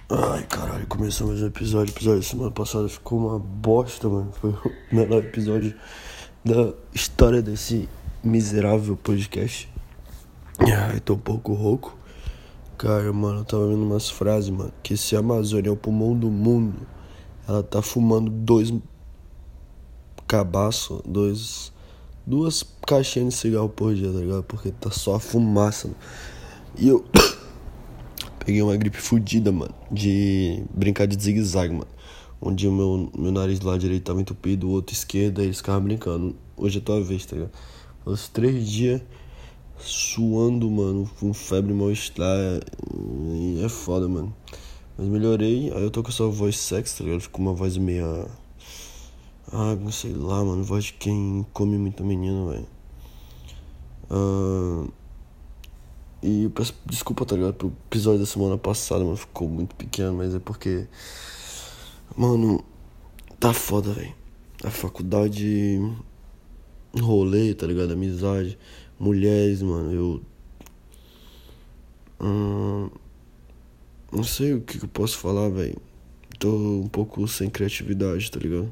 Ai, caralho, começou mais um episódio. O episódio da semana passada ficou uma bosta, mano. Foi o melhor episódio da história desse miserável podcast. Ai, tô um pouco rouco. Cara, mano, eu tava vendo umas frases, mano. Que se a Amazônia é o pulmão do mundo, ela tá fumando duas caixinhas de cigarro por dia, tá ligado? Porque tá só a fumaça, mano. E eu peguei uma gripe fodida, mano, de brincar de zigue-zague, mano. Um dia o meu nariz do lado direito tava entupido, o outro esquerdo, aí eles ficavam brincando. Hoje é tua vez, tá ligado? Os 3 dias suando, mano, com febre e mal-estar. E é foda, mano. Mas melhorei, aí eu tô com essa voz sexy, tá ligado? Fico com uma voz meia... Ah, não sei lá, mano, voz de quem come muito menino, velho. E eu peço desculpa, tá ligado? Pro episódio da semana passada, mano, ficou muito pequeno, mas é porque... Mano, tá foda, velho. A faculdade, rolê, tá ligado? Amizade, mulheres, mano. Não sei o que eu posso falar, velho. Tô um pouco sem criatividade, tá ligado?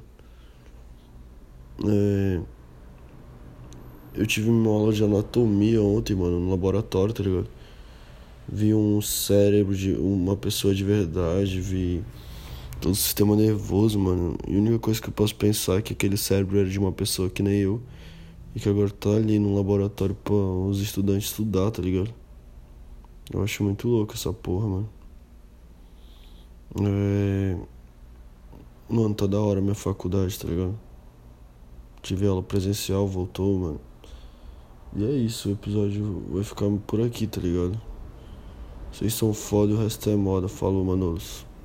Eu tive uma aula de anatomia ontem, mano, no laboratório, tá ligado? Vi um cérebro de uma pessoa de verdade, vi todo o sistema nervoso, mano. E a única coisa que eu posso pensar é que aquele cérebro era de uma pessoa que nem eu. E que agora tá ali no laboratório pra os estudantes estudar, tá ligado? Eu acho muito louco essa porra, mano. É... Mano, tá da hora a minha faculdade, tá ligado? Tive aula presencial, voltou, mano. E é isso, o episódio vai ficar por aqui, tá ligado? Vocês são foda e o resto é moda. Falou, Manolos.